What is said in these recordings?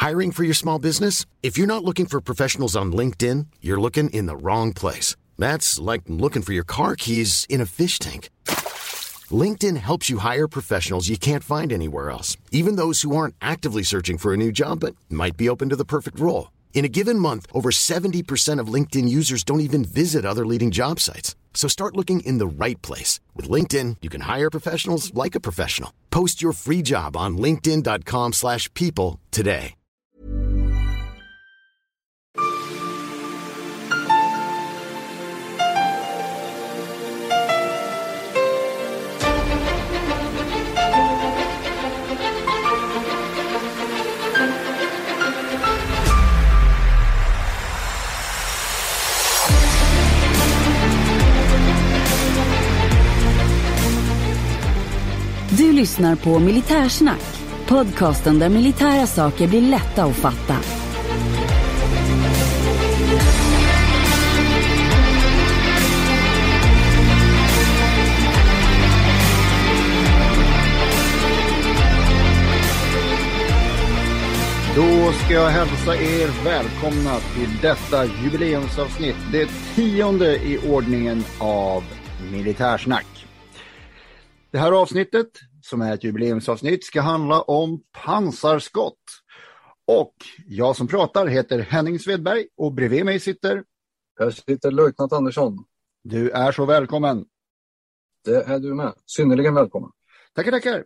Hiring for your small business? If you're not looking for professionals on LinkedIn, you're looking in the wrong place. That's like looking for your car keys in a fish tank. LinkedIn helps you hire professionals you can't find anywhere else, even those who aren't actively searching for a new job but might be open to the perfect role. In a given month, over 70% of LinkedIn users don't even visit other leading job sites. So start looking in the right place. With LinkedIn, you can hire professionals like a professional. Post your free job on linkedin.com/people today. Du lyssnar på Militärsnack, podcasten där militära saker blir lätta att fatta. Då ska jag hälsa er välkomna till detta jubileumsavsnitt, det 10:e i ordningen av Militärsnack. Det här avsnittet, som är ett jubileumsavsnitt, ska handla om pansarskott. Och jag som pratar heter Henning Svedberg och bredvid mig sitter... Här sitter löjtnant Andersson. Du är så välkommen. Det är du med. Synnerligen välkommen. Tackar.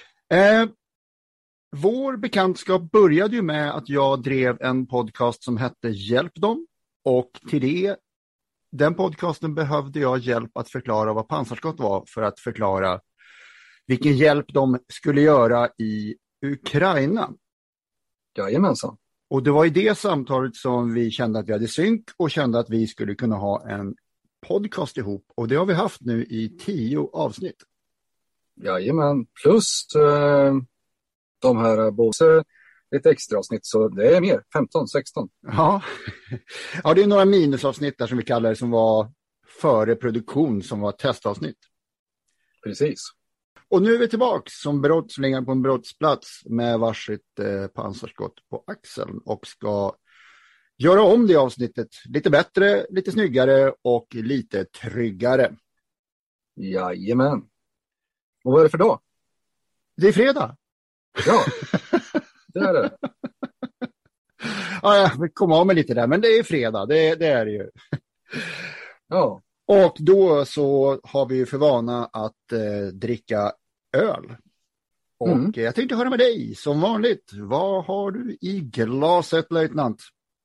Vår bekantskap började ju med att jag drev en podcast som hette Hjälp dem. Och till den podcasten behövde jag hjälp att förklara vad pansarskott var, för att förklara vilken hjälp de skulle göra i Ukraina. Jajamensan. Och det var i det samtalet som vi kände att vi hade synk och kände att vi skulle kunna ha en podcast ihop. Och det har vi haft nu i 10 avsnitt. Jajamän, plus de här både lite extra avsnitt, så det är mer, 15, 16. Ja, det är några minusavsnitt där som vi kallar det, som var före produktion, som var testavsnitt. Precis. Och nu är vi tillbaka som brottslingar på en brottsplats med varsitt pansarskott på axeln och ska göra om det avsnittet lite bättre, lite snyggare och lite tryggare. Jajamän. Och vad är det för dag? Det är fredag. Ja, det är det. Ja, jag vill komma av med lite där, men det är fredag, det är det ju. Ja. Och då så har vi ju för vana att dricka öl. Och jag tänkte höra med dig, som vanligt. Vad har du i glaset, löjtnant?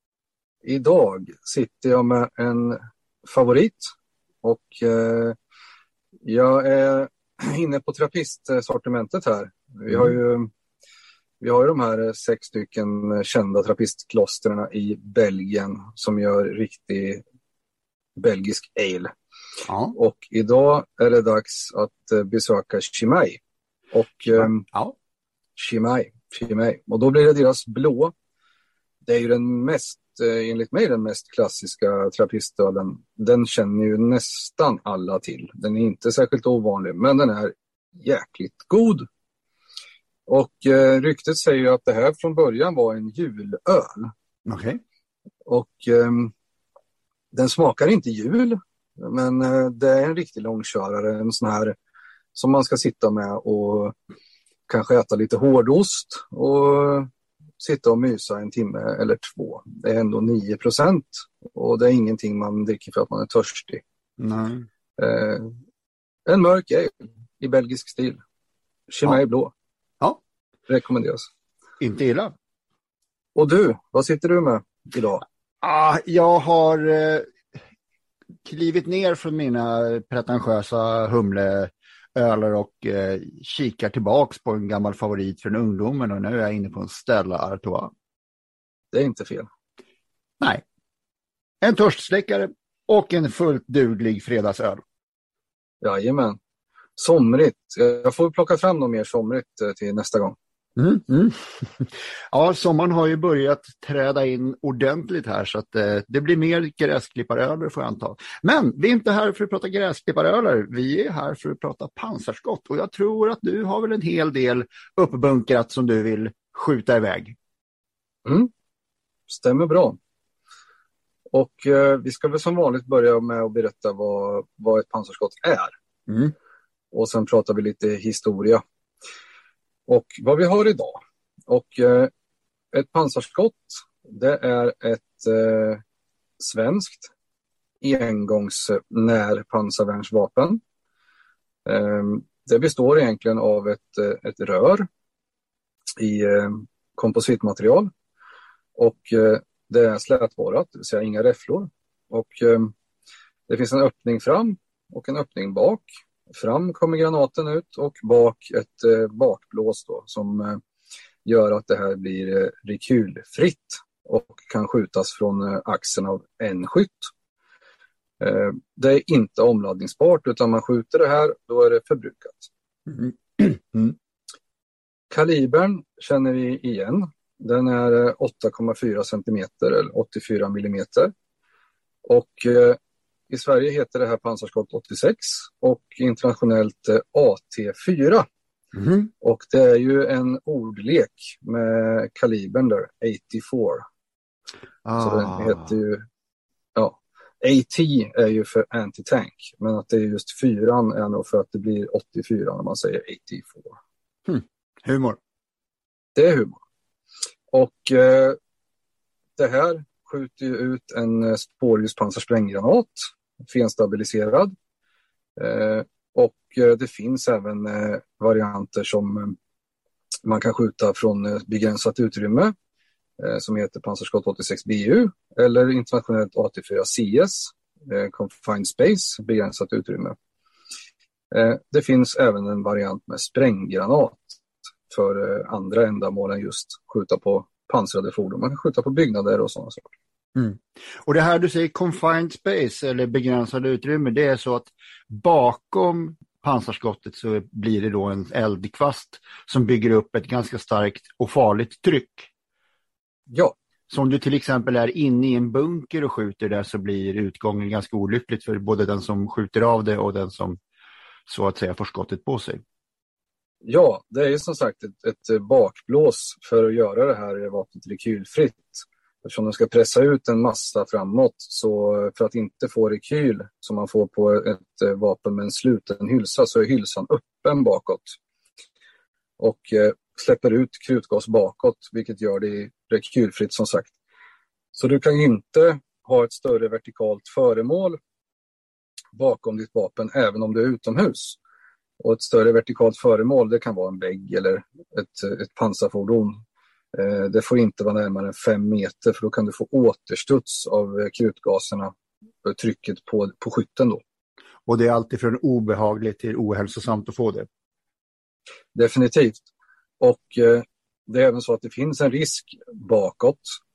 Idag sitter jag med en favorit. Och jag är inne på trappistsortimentet här. Vi har ju de här 6 stycken kända trappistklosterna i Belgien som gör riktig belgisk ale. Ja. Och idag är det dags att besöka Chimay. Och Chimay. Och då blir det deras blå. Det är ju den mest, enligt mig, den mest klassiska trappistölen. Den känner ju nästan alla till. Den är inte särskilt ovanlig, men den är jäkligt god. Och ryktet säger ju att det här från början var en julöl. Okej. Och den smakar inte jul, men det är en riktig långkörare. En sån här som man ska sitta med och kanske äta lite hårdost och sitta och mysa en timme eller 2. Det är ändå 9% och det är ingenting man dricker för att man är törstig. Nej. En mörk ale i belgisk stil. Chimay blå. Ja. Rekommenderas. Inte illa. Och du, vad sitter du med idag? Jag har klivit ner från mina pretentiösa humleöler och kikar tillbaks på en gammal favorit från ungdomen, och nu är jag inne på en Stella Artois. Det är inte fel. Nej. En törstsläckare och en fullt duglig fredagsöl. Jajamän. Somrigt. Jag får plocka fram något mer somrigt till nästa gång. Ja, sommaren har ju börjat träda in ordentligt här, så att det blir mer gräsklipparöler, får jag anta. Men vi är inte här för att prata gräsklipparöler, vi är här för att prata pansarskott, och jag tror att du har väl en hel del uppbunkrat som du vill skjuta iväg. Stämmer bra. Och vi ska väl som vanligt börja med att berätta vad ett pansarskott är. Och sen pratar vi lite historia. Och vad vi har idag. Och ett pansarskott, det är ett svenskt engångs-närpansarvärnsvapen. Det består egentligen av ett rör i kompositmaterial. Och det är slätborrat, det vill säga inga räfflor. Och det finns en öppning fram och en öppning bak. Fram kommer granaten ut och bak ett bakblås då, som gör att det här blir rekylfritt och kan skjutas från axeln av en skytt. Det är inte omladdningsbart, utan man skjuter det här, då är det förbrukat. Kalibern känner vi igen. Den är 8,4 centimeter eller 84 millimeter. Och i Sverige heter det här pansarskott 86 och internationellt AT4. Och det är ju en ordlek med kalibern där, 84. Så den heter ju, AT är ju för anti-tank, men att det är just 4 är nog för att det blir 84 när man säger 84. Humor. Det är humor. Och det här skjuter ju ut en spårljuspansarsprängranat, fenstabiliserad. Och det finns även varianter som man kan skjuta från begränsat utrymme, som heter pansarskott 86 BU, eller internationellt AT4 CS, Confined Space, begränsat utrymme. Det finns även en variant med spränggranat för andra ändamål än just skjuta på pansrade fordon. Man kan skjuta på byggnader och sådana saker. Och det här du säger confined space eller begränsade utrymme, det är så att bakom pansarskottet så blir det då en eldkvast som bygger upp ett ganska starkt och farligt tryck. Ja. Så om du till exempel är inne i en bunker och skjuter där, så blir utgången ganska olyckligt för både den som skjuter av det och den som så att säga får skottet på sig. Ja, det är ju som sagt ett bakblås för att göra det här vapnet rekylfritt. Eftersom de ska pressa ut en massa framåt, så för att inte få rekyl som man får på ett vapen med en sluten hylsa, så är hylsan öppen bakåt. Och släpper ut krutgas bakåt, vilket gör det rekylfritt som sagt. Så du kan inte ha ett större vertikalt föremål bakom ditt vapen även om du är utomhus. Och ett större vertikalt föremål, det kan vara en vägg eller ett pansarfordon. Det får inte vara närmare än 5 meter, för då kan du få återstuds av krutgaserna, trycket på skytten då. Och det är alltid från obehagligt till ohälsosamt att få det? Definitivt. Och det är även så att det finns en risk bakåt.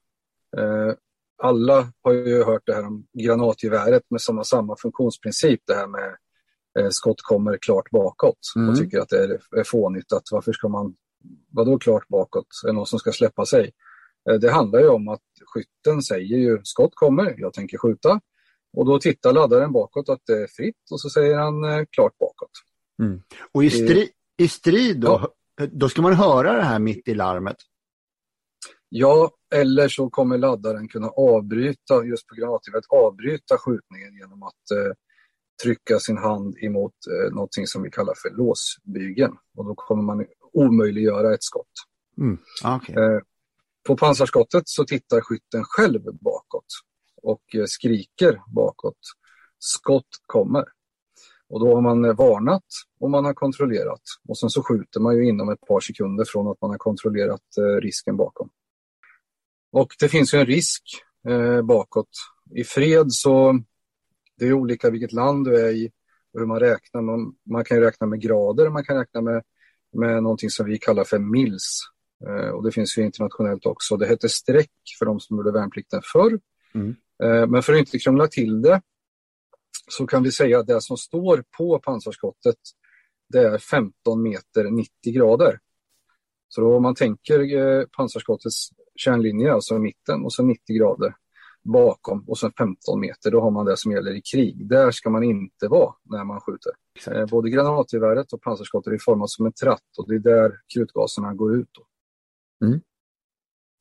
Alla har ju hört det här om granatgeväret med samma funktionsprincip, det här med skott kommer klart bakåt och tycker att det är fånigt. Att varför ska man, vadå klart bakåt? Är det någon som ska släppa sig? Det handlar ju om att skytten säger ju skott kommer, jag tänker skjuta. Och då tittar laddaren bakåt att det är fritt och så säger han klart bakåt. Och i strid då, då ska man höra det här mitt i larmet? Ja, eller så kommer laddaren kunna avbryta, just på granatgeväret, avbryta skjutningen genom att trycka sin hand emot någonting som vi kallar för låsbygeln. Och då kommer man omöjliggöra ett skott. Okay. På pansarskottet så tittar skytten själv bakåt och skriker bakåt. Skott kommer. Och då har man varnat och man har kontrollerat. Och sen så skjuter man ju inom ett par sekunder från att man har kontrollerat risken bakom. Och det finns ju en risk bakåt. I fred så det är olika vilket land du är i och hur man räknar. Man kan ju räkna med grader, man kan räkna med någonting som vi kallar för mils. Och det finns ju internationellt också. Det heter streck för de som gjorde värnplikten förr. Men för att inte krångla till det så kan vi säga att det som står på pansarskottet, det är 15 meter 90 grader. Så då om man tänker pansarskottets kärnlinje, alltså mitten och så 90 grader bakom och sen 15 meter, då har man det som gäller i krig. Där ska man inte vara när man skjuter. Både granatgeväret och pansarskottet är format som en tratt och det är där krutgaserna går ut då.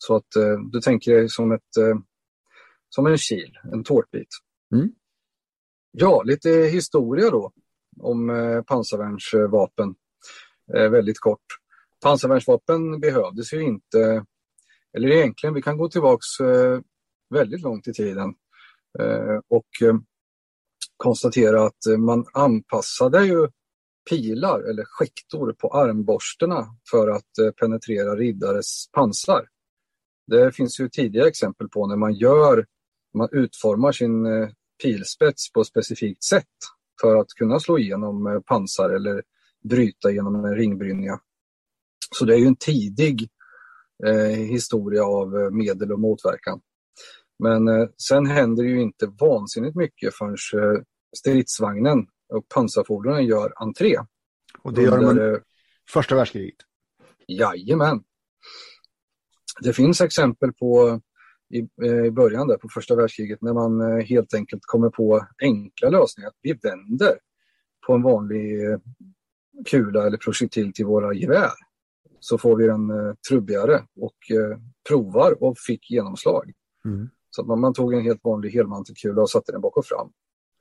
Så att du tänker dig som en kil, en tårtbit. Ja, lite historia då om pansarvärnsvapen. Väldigt kort. Pansarvärnsvapen behövdes ju inte, eller egentligen vi kan gå tillbaks väldigt långt i tiden och konstatera att man anpassade ju pilar eller skiktor på armborsterna för att penetrera riddares pansar. Det finns ju tidiga exempel på när man utformar sin pilspets på ett specifikt sätt för att kunna slå igenom pansar eller bryta genom en ringbrynja. Så det är ju en tidig historia av medel och motverkan. Men sen händer ju inte vansinnigt mycket förrän stridsvagnen och pansarfordonen gör entré. Och det gör man första världskriget? Jajamän. Det finns exempel på i början där på första världskriget när man helt enkelt kommer på enkla lösningar. Vi vänder på en vanlig kula eller projektil till våra gevär. Så får vi den trubbigare och provar och fick genomslag. Så att man tog en helt vanlig helmantelkula och satte den bak och fram.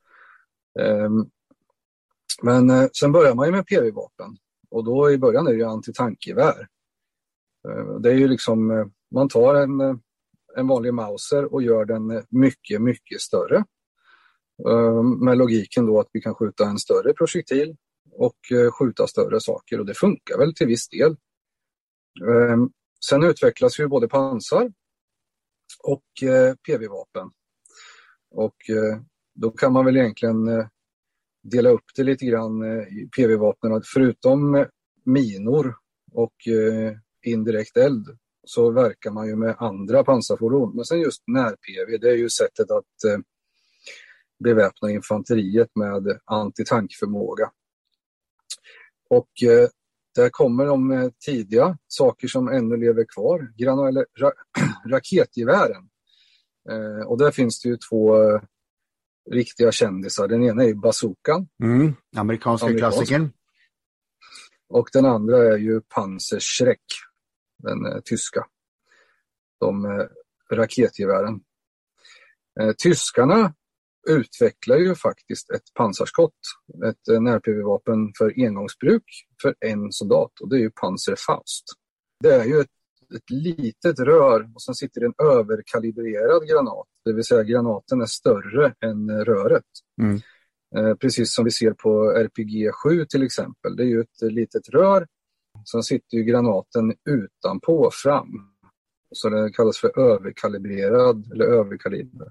Men sen börjar man ju med PV-vapen. Och då i början är det ju antitankgevär. Det är ju liksom, man tar en vanlig Mauser och gör den mycket, mycket större. Med logiken då att vi kan skjuta en större projektil och skjuta större saker. Och det funkar väl till viss del. Sen utvecklas ju både pansar och PV-vapen. Och då kan man väl egentligen dela upp det lite grann i PV-vapnen. Förutom minor och indirekt eld så verkar man ju med andra pansarfordon. Men sen just när-PV, det är ju sättet att beväpna infanteriet med antitankförmåga. Och där kommer de tidiga saker som ännu lever kvar. Raketgevären. Och där finns det ju två riktiga kändisar. Den ena är bazookan. Amerikanska klassikern. Och den andra är ju Panzerschreck. Den tyska. De raketgevären. Tyskarna utvecklar ju faktiskt ett pansarskott. Ett när-PV-vapen för engångsbruk för en soldat. Och det är ju Panzerfaust. Det är ju ett litet rör och sen sitter det en överkalibrerad granat. Det vill säga granaten är större än röret. Precis som vi ser på RPG-7 till exempel. Det är ju ett litet rör. Sen sitter ju granaten utanpå fram. Så det kallas för överkalibrerad eller överkaliber.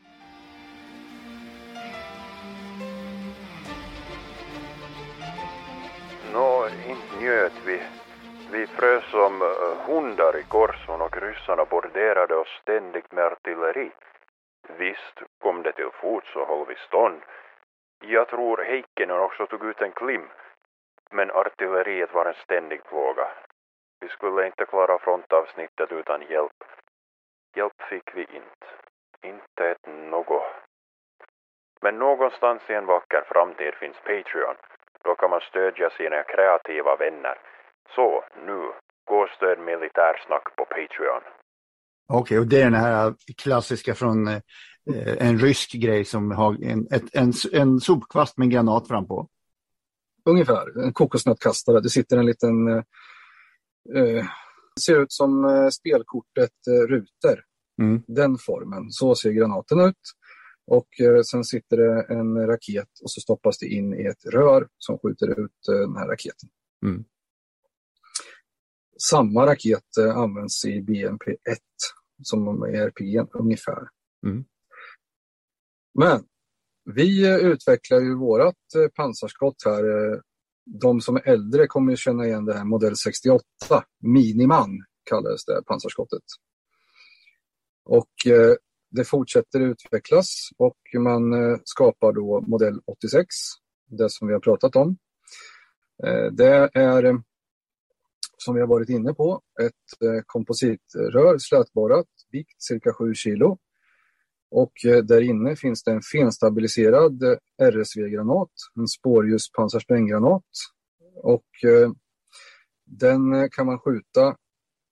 Inte njöt vi. Vi frös som hundar i korson och ryssarna borderade oss ständigt med artilleri. Visst, kom det till fot så höll vi stånd. Jag tror Heikkinen också tog ut en klim. Men artilleriet var en ständig plåga. Vi skulle inte klara frontavsnittet utan hjälp. Hjälp fick vi inte. Inte ett något. Men någonstans i en vacker framtid finns Patreon. Då kan man stödja sina kreativa vänner. Så, nu, gå och stöd militärsnack på Patreon. Okej, och det är den här klassiska från en rysk grej som har en sopkvast med en granat fram på. Ungefär, en kokosnötkastare. Det sitter en liten, ser ut som spelkortet ruter. Den formen, så ser granaten ut. Och sen sitter det en raket och så stoppas det in i ett rör som skjuter ut den här raketen. Samma raket används i BMP-1 som i RPG ungefär. Men vi utvecklar ju vårat pansarskott här. De som är äldre kommer ju känna igen det här modell 68. Miniman kallades det pansarskottet. Och det fortsätter utvecklas och man skapar då modell 86. Det som vi har pratat om. Det är, som vi har varit inne på, ett kompositrör slätborrat, vikt cirka 7 kilo. Och där inne finns det en fenstabiliserad RSV-granat, en spårljus pansarsprängranat. Och den kan man skjuta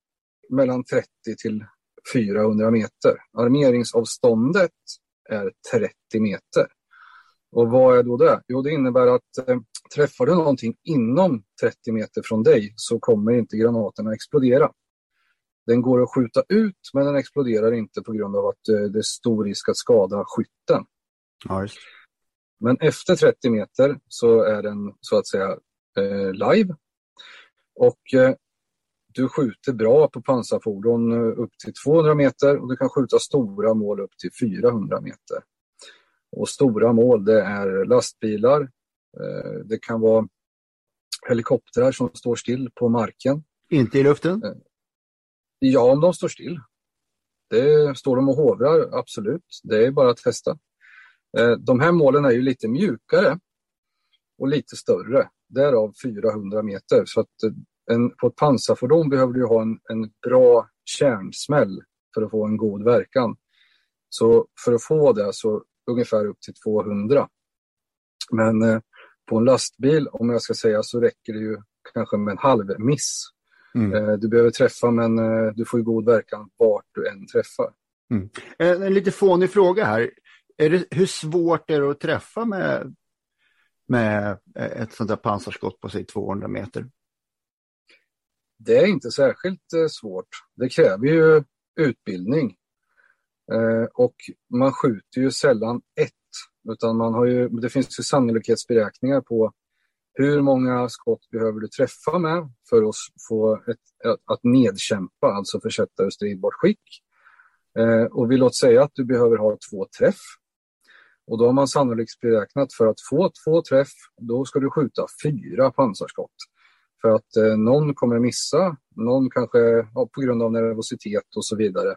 mellan 30 till 400 meter. Armeringsavståndet är 30 meter. Och vad är då det? Jo, det innebär att träffar du någonting inom 30 meter från dig så kommer inte granaten att explodera. Den går att skjuta ut, men den exploderar inte på grund av att det är stor risk att skada skytten. Ja, just. Men efter 30 meter så är den så att säga live. Och du skjuter bra på pansarfordon upp till 200 meter och du kan skjuta stora mål upp till 400 meter. Och stora mål, det är lastbilar, det kan vara helikoptrar som står still på marken. Inte i luften? Ja, om de står still. Det står de och hovrar, absolut. Det är bara att testa. De här målen är ju lite mjukare och lite större. Därav 400 meter. Så att på ett pansarfordon behöver du ha en bra kärnsmäll för att få en god verkan. Så för att få det så ungefär upp till 200. Men på en lastbil, om jag ska säga, så räcker det ju kanske med en halv miss. Du behöver träffa, men du får ju god verkan vart du än träffar. En lite fånig fråga här. Hur svårt är det att träffa med ett sånt där pansarskott på sig 200 meter? Det är inte särskilt svårt. Det kräver ju utbildning. Och man skjuter ju sällan ett. Utan det finns ju sannolikhetsberäkningar på hur många skott behöver du träffa med för att få att nedkämpa, alltså försätta ur stridbart skick. Och vi låt säga att du behöver ha 2 träff. Och då har man sannolikt beräknat för att få 2 träff, då ska du skjuta 4 pansarskott. För att någon kommer missa, någon kanske på grund av nervositet och så vidare.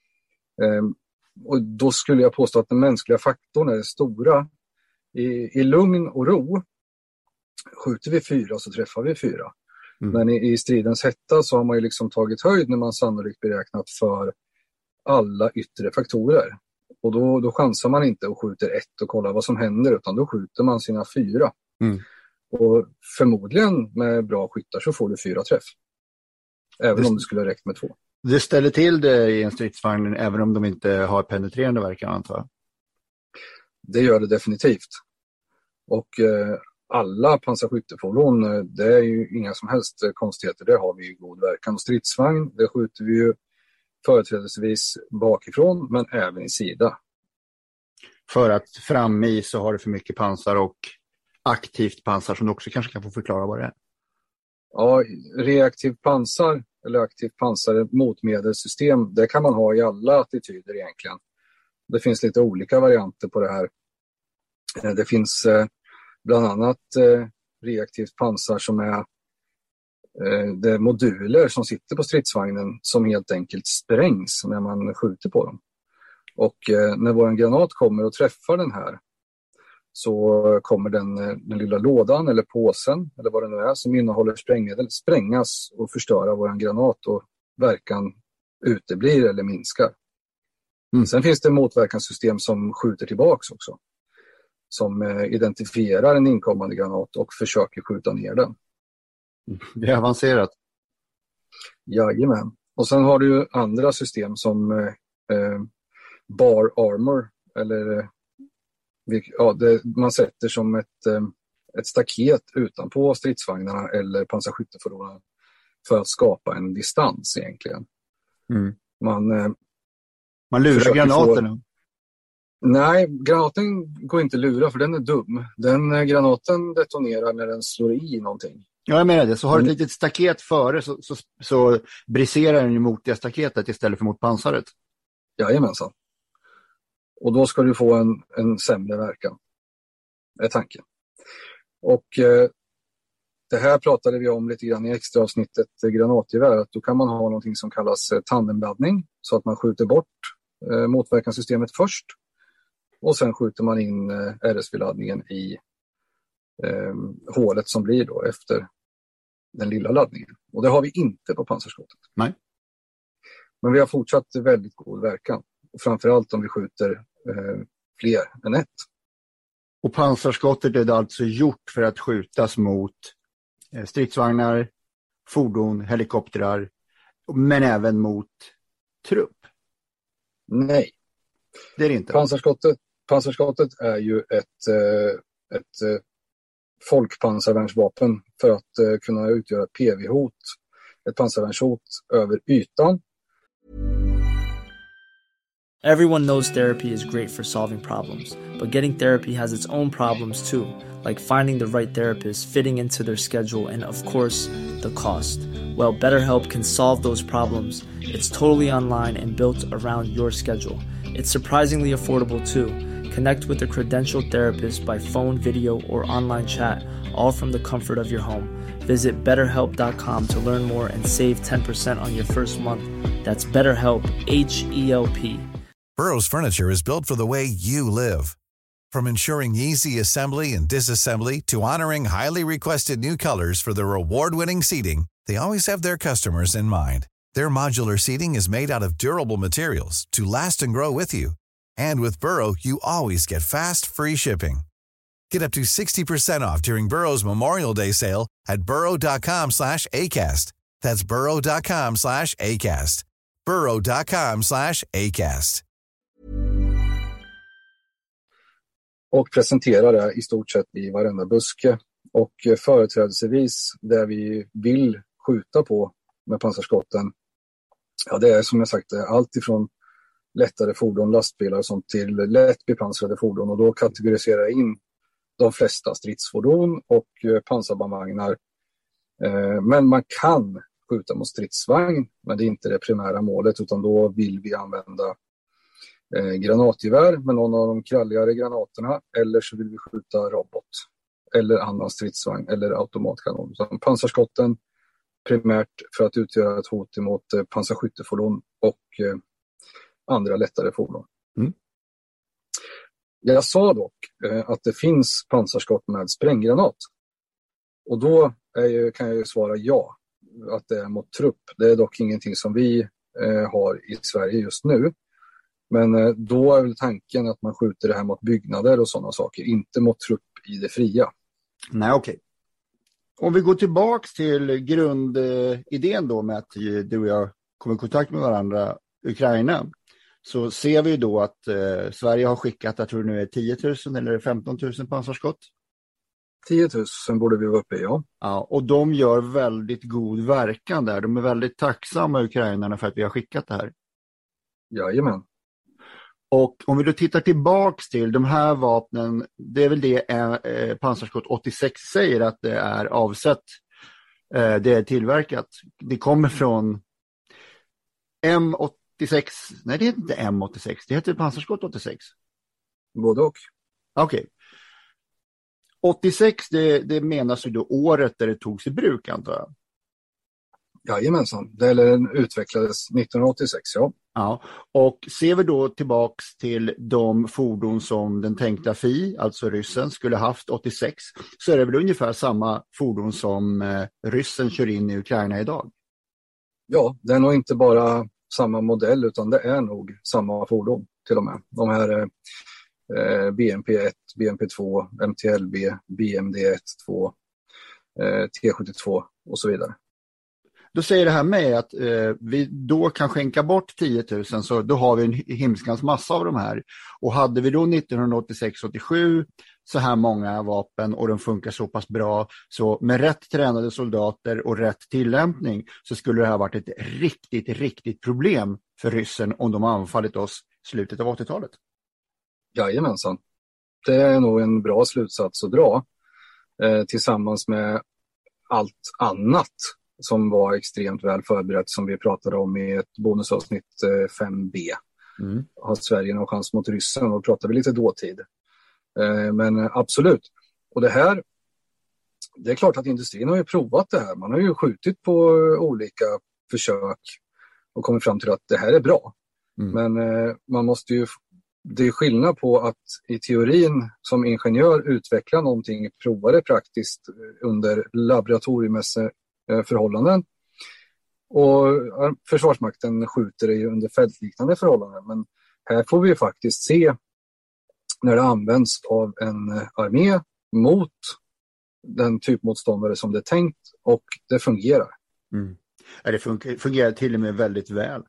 Och då skulle jag påstå att den mänskliga faktorn är stora. I lugn och ro skjuter vi 4 så träffar vi 4. Men i stridens hetta så har man ju liksom tagit höjd när man sannolikt beräknat för alla yttre faktorer. Och då chansar man inte och skjuter 1 och kollar vad som händer, utan då skjuter man sina 4. Och förmodligen med bra skyttar så får du 4 träff. Även om det skulle ha räckt med 2. Det ställer till det i en stridsvagn även om de inte har penetrerande verkan, antar jag? Det gör det definitivt. Och alla pansarskyttefordon, det är ju inga som helst konstigheter. Där har vi ju god verkan. Och stridsvagn, det skjuter vi ju företrädesvis bakifrån, men även i sida. För att fram i så har du för mycket pansar och aktivt pansar som du också kanske kan få förklara vad det är. Ja, reaktivt pansar eller aktivt pansar, ett motmedelssystem, det kan man ha i alla attityder egentligen. Det finns lite olika varianter på det här. Det finns bland annat reaktivt pansar som är det är moduler som sitter på stridsvagnen som helt enkelt sprängs när man skjuter på dem. Och när vår granat kommer och träffar den här så kommer den lilla lådan eller påsen eller vad det nu är som innehåller sprängmedel sprängas och förstöra vår granat och verkan uteblir eller minskar. Sen finns det motverkanssystem som skjuter tillbaks också. Som identifierar en inkommande granat och försöker skjuta ner den. Det är avancerat. Jajamän. Och sen har du ju andra system som bar armor eller man sätter som ett staket utanpå stridsvagnarna eller pansarskyttefordonen för att skapa en distans egentligen. Man lurar granaten. Nej, granaten går inte lura för den är dum. Granaten detonerar när den slår i någonting. Ja, jag menar det. Så har du ett litet staket före så briserar den ju mot det staketet istället för mot pansaret. Jajamensan. Och då ska du få en sämre verkan. Det är tanken. Och det här pratade vi om lite grann i extra avsnittet granatgevär. Att då kan man ha någonting som kallas tandemladdning. Så att man skjuter bort motverkanssystemet först. Och sen skjuter man in RSV-laddningen i hålet som blir då efter den lilla laddningen. Och det har vi inte på pansarskottet. Nej. Men vi har fortsatt väldigt god verkan. Och framförallt om vi skjuter fler än ett. Och pansarskottet är alltså gjort för att skjutas mot stridsvagnar, fordon, helikoptrar Men även mot trupp? Nej. Det är det inte. Pansarskottet är ju ett folkpansarvärnsvapen för att kunna utgöra ett PV-hot, ett pansarvärnshot över ytan. Everyone knows therapy is great for solving problems, but getting therapy has its own problems too, like finding the right therapist, fitting into their schedule, and of course, the cost. Well, BetterHelp can solve those problems. It's totally online and built around your schedule. It's surprisingly affordable too. Connect with a credentialed therapist by phone, video, or online chat, all from the comfort of your home. Visit BetterHelp.com to learn more and save 10% on your first month. That's BetterHelp, H-E-L-P. Burrow's furniture is built for the way you live. From ensuring easy assembly and disassembly to honoring highly requested new colors for their award-winning seating, they always have their customers in mind. Their modular seating is made out of durable materials to last and grow with you. And with Burrow, you always get fast, free shipping. Get up to 60% off during Burrow's Memorial Day sale at burrow.com/ACAST. That's burrow.com/ACAST. burrow.com/ACAST. Och presenterar det i stort sett i varenda buske. Och företrädelsevis där vi vill skjuta på med pansarskotten. Ja, det är som jag sagt allt ifrån lättare fordon, lastbilar och sånt till lätt bepansrade fordon. Och då kategoriserar jag in de flesta stridsfordon och pansarbandvagnar. Men man kan skjuta mot stridsvagn, men det är inte det primära målet, utan då vill vi använda granatgevär med någon av de kralligare granaterna, eller så vill vi skjuta robot eller annan stridsvagn eller automatkanon. Så pansarskotten primärt för att utgöra ett hot emot pansarskyttefordon och andra lättare fordon. Mm. Jag sa dock att det finns pansarskott med spränggranat. Och då kan jag ju svara ja, att det är mot trupp. Det är dock ingenting som vi har i Sverige just nu. Men då är väl tanken att man skjuter det här mot byggnader och sådana saker, inte mot trupp i det fria. Nej, okej. Om vi går tillbaks till grundidén då med att du och jag kommer i kontakt med varandra, Ukraina, så ser vi då att Sverige har skickat, jag tror nu är 10 000 eller 15 000 pansarskott. 10 000 borde vi vara uppe i, ja. Ja, och de gör väldigt god verkan där. De är väldigt tacksamma, ukrainarna, för att vi har skickat det här. Jajamän. Och om vi då tittar tillbaks till de här vapnen, det är väl det pansarskott 86 säger att det är avsett, det är tillverkat. Det kommer från M86, nej det heter inte M86, det heter pansarskott 86. Både och. Okej. 86, det menas ju då året där det togs i bruk, antar jag. Jajamensan, den utvecklades 1986, ja. Ja, och ser vi då tillbaks till de fordon som den tänkta FI, alltså ryssen, skulle haft 86, så är det väl ungefär samma fordon som ryssen kör in i Ukraina idag? Ja, det är nog inte bara samma modell, utan det är nog samma fordon till och med. De här BMP-1, BMP-2, MTLB, BMD-1, 2, T-72 och så vidare. Då säger det här med att vi då kan skänka bort 10 000, så då har vi en himskans massa av de här. Och hade vi då 1986-87 så här många vapen och de funkar så pass bra, så med rätt tränade soldater och rätt tillämpning så skulle det här varit ett riktigt problem för ryssen om de anfallit oss i slutet av 80-talet. Jajamensan. Det är nog en bra slutsats att dra tillsammans med allt annat som var extremt väl förberett, som vi pratade om i ett bonusavsnitt 5B. Har Sverige någon chans mot ryssen? Och pratar vi lite dåtid. Men absolut. Och det här, det är klart att industrin har ju provat det här. Man har ju skjutit på olika försök och kommit fram till att det här är bra. Men man måste ju, det är skillnad på att i teorin som ingenjör utveckla någonting, prova det praktiskt under laboratoriemässiga förhållanden. Och Försvarsmakten skjuter det ju under fältliknande förhållanden. Men här får vi faktiskt se när det används av en armé mot den typmotståndare som det är tänkt, och det fungerar. Det fungerar till och med väldigt väl.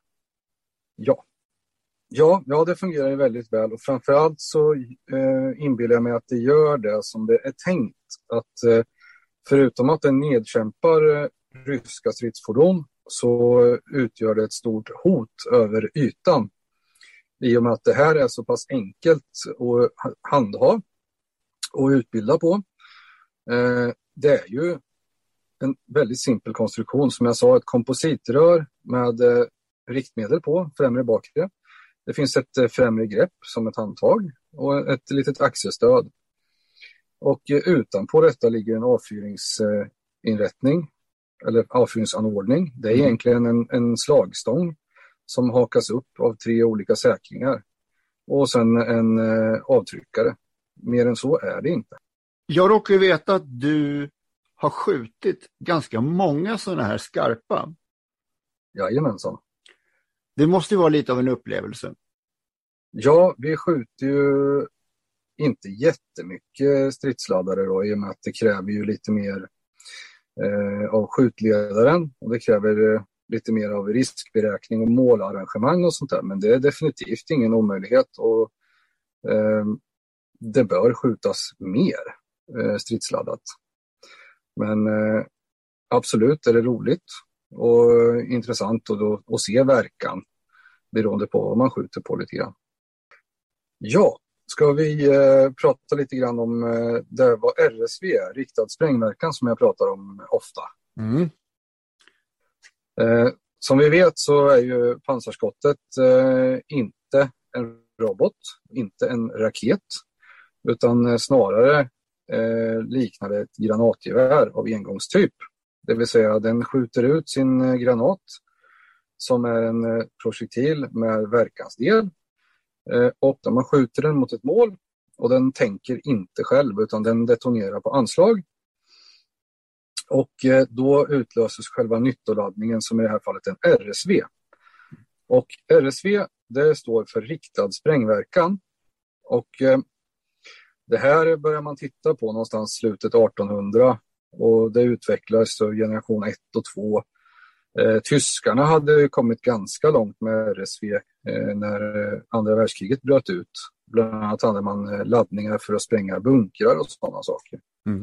Ja, det fungerar väldigt väl. Och framförallt så inbillar jag mig att det gör det som det är tänkt. Att förutom att den nedkämpar ryska stridsfordon så utgör det ett stort hot över ytan. I och med att det här är så pass enkelt att handha och utbilda på. Det är ju en väldigt simpel konstruktion. Som jag sa, ett kompositrör med riktmedel på, främre bakre. Det finns ett främre grepp som ett handtag och ett litet axelstöd. Och utanpå detta ligger en avfyringsinrättning eller avfyringsanordning. Det är egentligen en slagstång som hakas upp av 3 olika säkringar. Och sen en avtryckare. Mer än så är det inte. Jag råkar veta att du har skjutit ganska många sådana här skarpa. Jajamensan. Det måste ju vara lite av en upplevelse. Ja, vi skjuter ju inte jättemycket stridsladdare då, i och med att det kräver ju lite mer av skjutledaren. Och det kräver lite mer av riskberäkning och målarrangemang och sånt där. Men det är definitivt ingen omöjlighet och det bör skjutas mer stridsladdat. Men absolut är det roligt och intressant att se verkan beroende på vad man skjuter på lite grann. Ja, ska vi prata lite grann om det vad RSV är, riktad sprängverkan, som jag pratar om ofta. Som vi vet så är ju pansarskottet inte en robot, inte en raket, utan snarare liknar ett granatgevär av engångstyp. Det vill säga den skjuter ut sin granat som är en projektil med verkansdel. Och när man skjuter den mot ett mål och den tänker inte själv utan den detonerar på anslag. Och då utlöses själva nyttoladdningen som i det här fallet en RSV. Och RSV det står för riktad sprängverkan. Och det här börjar man titta på någonstans slutet 1800 och det utvecklades så generation 1 och 2. Tyskarna hade kommit ganska långt med RSV när andra världskriget bröt ut. Bland annat hade man laddningar för att spränga bunkrar och sådana saker.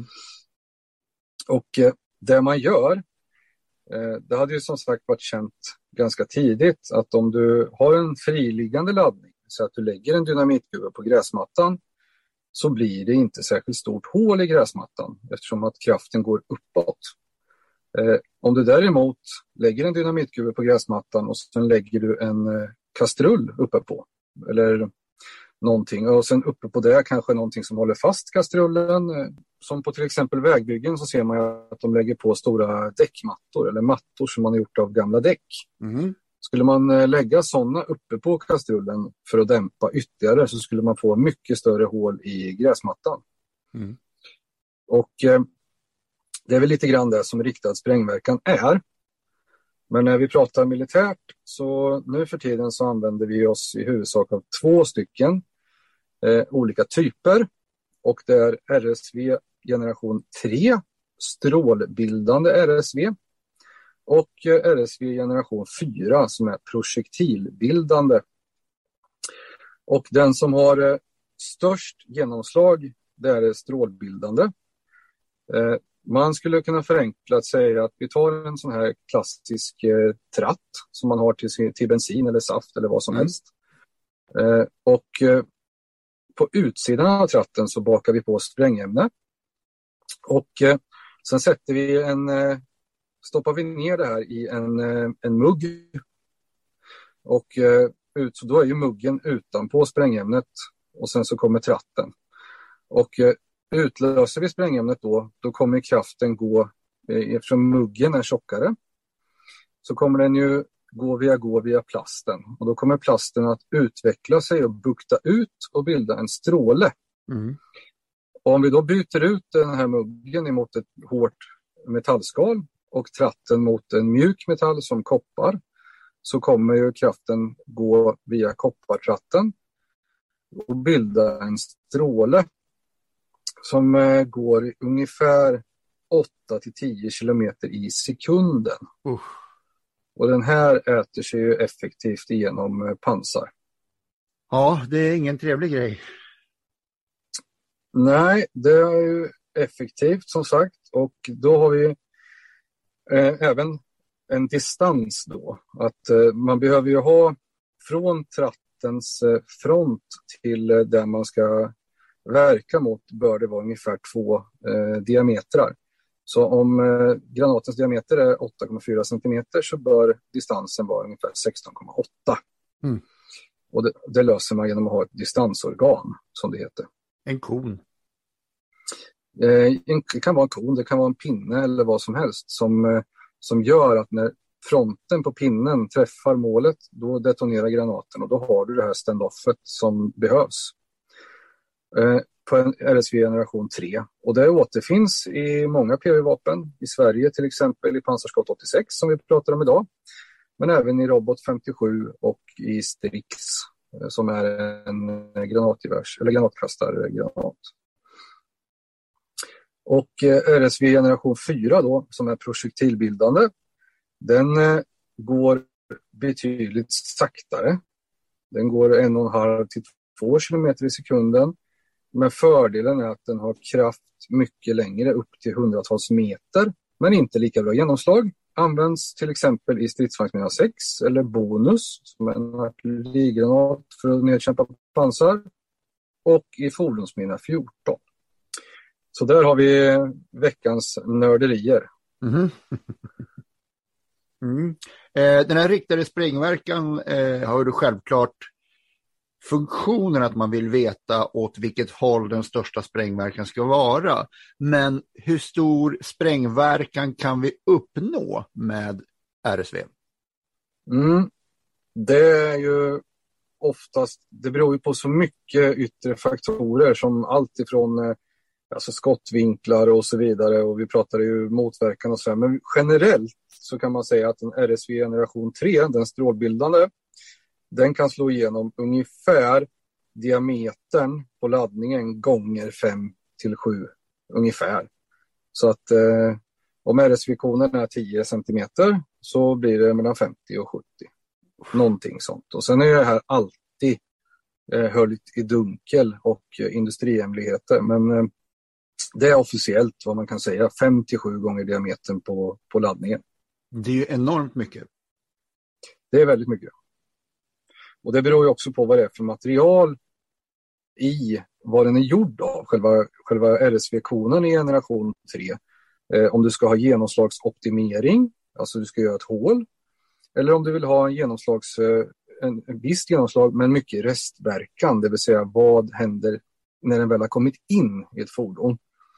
Och det man gör, det hade ju som sagt varit känt ganska tidigt att om du har en friliggande laddning, så att du lägger en dynamitgubbe på gräsmattan, så blir det inte särskilt stort hål i gräsmattan eftersom att kraften går uppåt. Om du däremot lägger en dynamitgubbe på gräsmattan och sen lägger du en kastrull uppe på eller någonting och sen uppe på det kanske någonting som håller fast kastrullen, som på till exempel vägbyggen så ser man att de lägger på stora däckmattor eller mattor som man har gjort av gamla däck. Skulle man lägga sådana uppe på kastrullen för att dämpa ytterligare så skulle man få mycket större hål i gräsmattan. Och det är väl lite grann det som riktad sprängverkan är. Men när vi pratar militärt så nu för tiden så använder vi oss i huvudsak av 2 stycken olika typer. Och det är RSV generation 3, strålbildande RSV. Och RSV generation 4 som är projektilbildande. Och den som har störst genomslag det är strålbildande. Man skulle kunna förenkla att säga att vi tar en sån här klassisk tratt som man har till bensin eller saft eller vad som helst. Och på utsidan av tratten så bakar vi på sprängämne. Och sen sätter vi stoppar vi ner det här i en mugg. Och så då är ju muggen utanpå sprängämnet och sen så kommer tratten. Och utlöser vi sprängämnet då kommer kraften gå, eftersom muggen är tjockare, så kommer den ju gå via plasten. Och då kommer plasten att utveckla sig och bukta ut och bilda en stråle. Och om vi då byter ut den här muggen emot ett hårt metallskal och tratten mot en mjuk metall som koppar, så kommer ju kraften gå via koppartratten och bilda en stråle som går ungefär 8-10 kilometer i sekunden. Och den här äter sig ju effektivt igenom pansar. Ja, det är ingen trevlig grej. Nej, det är ju effektivt som sagt. Och då har vi även en distans då. Att man behöver ju ha från trattens front till där man ska verka mot bör det vara ungefär 2 diametrar. Så om granatens diameter är 8,4 cm så bör distansen vara ungefär 16,8. Mm. Och det löser man genom att ha ett distansorgan, som det heter. En kon? Det kan vara en kon, det kan vara en pinne eller vad som helst som gör att när fronten på pinnen träffar målet, då detonerar granaten och då har du det här stand-offet som behövs. På en RSV generation 3. Och det återfinns i många PV-vapen. I Sverige till exempel i Pansarskott 86 som vi pratar om idag. Men även i Robot 57 och i Strix som är en granatkastargranat. Och RSV generation 4 då, som är projektilbildande, den går betydligt saktare. Den går 1,5 till 2 kilometer i sekunden. Men fördelen är att den har kraft mycket längre, upp till hundratals meter, men inte lika bra genomslag. Används till exempel i stridsvagnsmina 6 eller Bonus som är en artillerigranat för att nedkämpa pansar och i fordonsmina 14. Så där har vi veckans nörderier. Mm. Mm. Den här riktade sprängverkan har du självklart funktionen att man vill veta åt vilket håll den största sprängverkan ska vara. Men hur stor sprängverkan kan vi uppnå med RSV? Det är ju oftast, det beror ju på så mycket yttre faktorer som allt ifrån skottvinklar och så vidare, och vi pratar ju motverkan och så här. Men generellt så kan man säga att en RSV generation 3, den strålbildande, den kan slå igenom ungefär diametern på laddningen gånger 5 till 7 ungefär. Så att om RSV-konen är 10 centimeter så blir det mellan 50 och 70. Någonting sånt. Och sen är det här alltid höljt i dunkel och industrihemligheter. Men det är officiellt vad man kan säga. 5 till 7 gånger diametern på laddningen. Det är ju enormt mycket. Det är väldigt mycket. Och det beror ju också på vad det är för material i vad den är gjord av. Själva RSV-konen i generation 3. Om du ska ha genomslagsoptimering, alltså du ska göra ett hål. Eller om du vill ha en viss genomslag men mycket restverkan. Det vill säga vad händer när den väl har kommit in i ett fordon.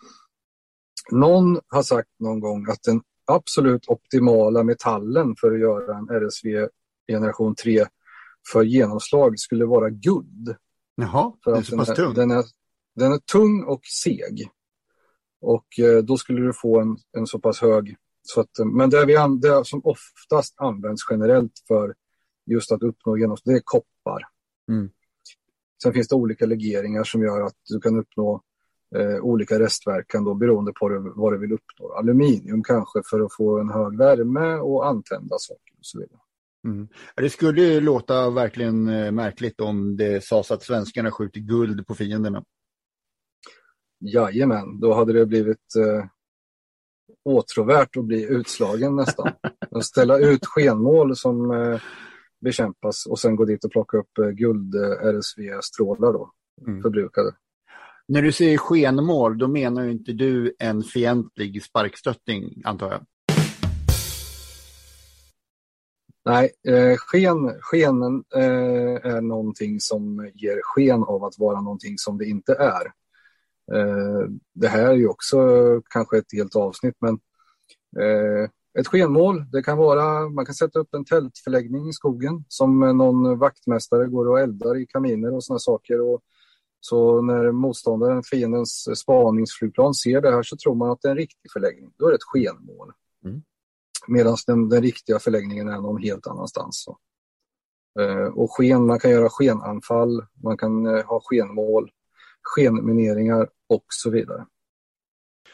Någon har sagt någon gång att den absolut optimala metallen för att göra en RSV generation 3 för genomslag skulle vara guld. Jaha, för det är att så pass tung. Den är tung och seg. Och då skulle du få en så pass hög. Så att, men det som oftast används generellt för just att uppnå genomslag, det är koppar. Mm. Sen finns det olika legeringar som gör att du kan uppnå olika restverkan då, beroende på vad du vill uppnå. Aluminium kanske för att få en hög värme och antända saker och så vidare. Mm. Det skulle ju låta verkligen märkligt om det sades att svenskarna skjuter guld på fienderna. Jajamän, då hade det blivit åtråvärt att bli utslagen nästan. Att ställa ut skenmål som bekämpas och sen gå dit och plocka upp guld RSV-strålar då, förbrukade. När du säger skenmål, då menar ju inte du en fientlig sparkstötting, antar jag? Nej, skenen är någonting som ger sken av att vara någonting som det inte är. Det här är ju också kanske ett helt avsnitt, men ett skenmål, det kan vara, man kan sätta upp en tältförläggning i skogen som någon vaktmästare går och eldar i kaminer och såna saker, och så när motståndaren, fiendens spaningsflygplan ser det här så tror man att det är en riktig förläggning. Då är det ett skenmål. Medan den riktiga förläggningen är någon helt annanstans. Så. Och man kan göra skenanfall, man kan ha skenmål, skenmineringar och så vidare.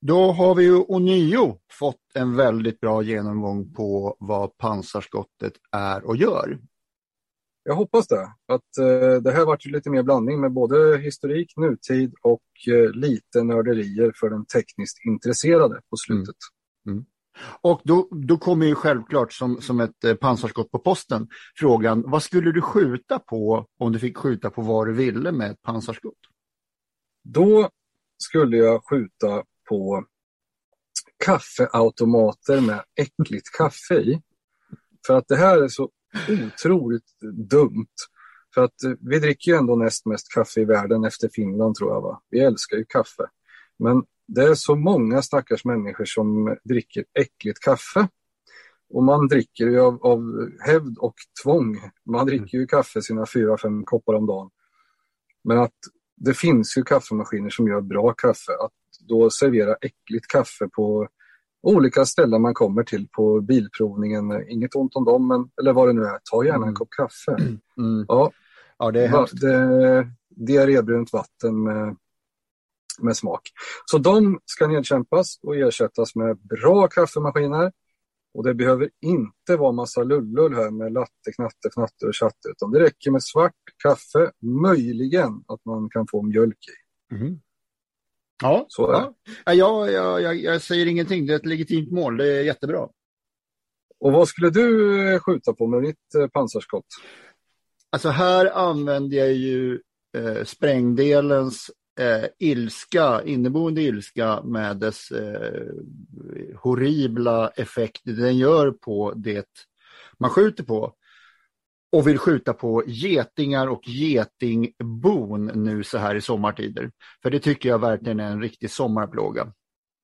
Då har vi ju ånyo fått en väldigt bra genomgång på vad pansarskottet är och gör. Jag hoppas det. Att det här varit lite mer blandning med både historik, nutid och lite nörderier för den tekniskt intresserade på slutet. Och då kommer ju självklart som ett pansarskott på posten frågan, vad skulle du skjuta på om du fick skjuta på vad du ville med ett pansarskott? Då skulle jag skjuta på kaffeautomater med äckligt kaffe i. För att det här är så otroligt dumt. För att vi dricker ju ändå näst mest kaffe i världen efter Finland, tror jag, va? Vi älskar ju kaffe. Men det är så många stackars människor som dricker äckligt kaffe. Och man dricker ju av hävd och tvång. Man dricker ju kaffe sina 4-5 koppar om dagen. Men att det finns ju kaffemaskiner som gör bra kaffe. Att då servera äckligt kaffe på olika ställen man kommer till på bilprovningen. Inget ont om dem, men, eller vad det nu är. Ta gärna en kopp kaffe. Ja, det är diarrébrunt vatten med smak. Så de ska nedkämpas och ersättas med bra kaffemaskiner. Och det behöver inte vara massa lullull här med latte, knatte och chatte. Utan det räcker med svart kaffe. Möjligen att man kan få mjölk i. Ja, så är det. Jag säger ingenting. Det är ett legitimt mål. Det är jättebra. Och vad skulle du skjuta på med ditt pansarskott? Alltså här använder jag ju sprängdelens inneboende ilska med dess horribla effekt den gör på det man skjuter på, och vill skjuta på getingar och getingbon nu så här i sommartider. För det tycker jag verkligen är en riktig sommarplåga.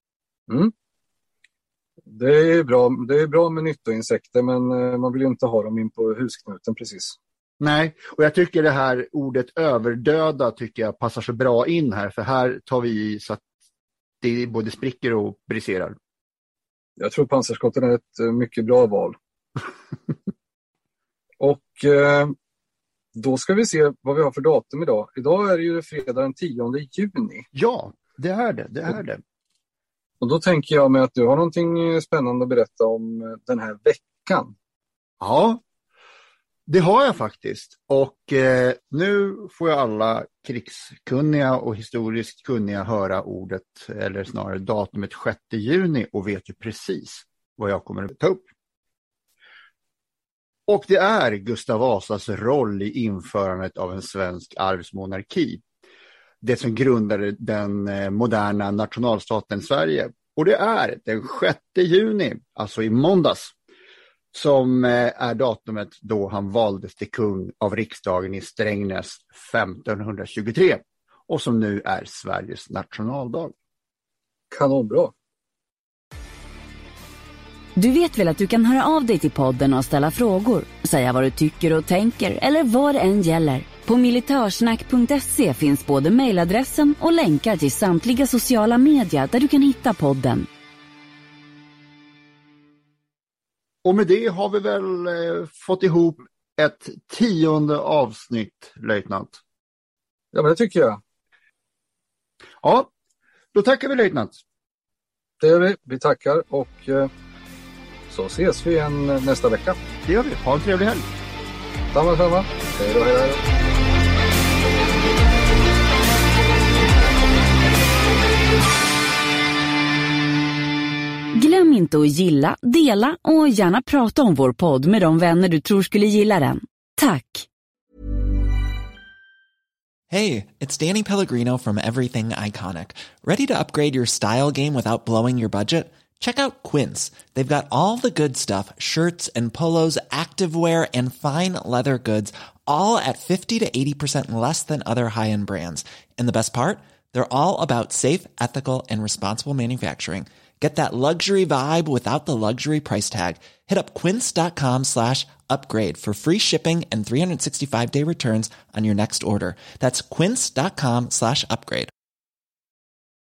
Det är bra med nyttoinsekter, men man vill ju inte ha dem in på husknuten precis. Nej, och jag tycker det här ordet överdöda tycker jag passar så bra in här. För här tar vi i så att det både spricker och briserar. Jag tror pansarskotten är ett mycket bra val. Och då ska vi se vad vi har för datum idag. Idag är det ju fredag den 10 juni. Ja, det är det. Och då tänker jag mig att du har någonting spännande att berätta om den här veckan. Ja, det har jag faktiskt. Och nu får jag alla krigskunniga och historiskt kunniga höra ordet, eller snarare datumet 6 juni, och vet ju precis vad jag kommer att ta upp. Och det är Gustav Vasas roll i införandet av en svensk arvsmonarki. Det som grundade den moderna nationalstaten Sverige. Och det är den 6 juni, alltså i måndags, som är datumet då han valdes till kung av riksdagen i Strängnäs 1523. Och som nu är Sveriges nationaldag. Kanonbra. Du vet väl att du kan höra av dig till podden och ställa frågor, säga vad du tycker och tänker eller vad det än gäller. På militärsnack.se finns både mejladressen och länkar till samtliga sociala medier där du kan hitta podden. Och med det har vi väl fått ihop ett 10:e avsnitt, löjtnant. Ja, men det tycker jag. Ja, då tackar vi, löjtnant. Det gör vi. Vi tackar och så ses vi igen nästa vecka. Det gör vi. Ha en trevlig helg. Samma. Hej då. Glöm inte att gilla, dela och gärna prata om vår podd med de vänner du tror skulle gilla den. Tack! Hey, it's Danny Pellegrino from Everything Iconic. Ready to upgrade your style game without blowing your budget? Check out Quince. They've got all the good stuff, shirts and polos, activewear and fine leather goods, all at 50 to 80% less than other high-end brands. And the best part? They're all about safe, ethical and responsible manufacturing. Get that luxury vibe without the luxury price tag. Hit up quince.com/upgrade for free shipping and 365-day returns on your next order. That's quince.com/upgrade.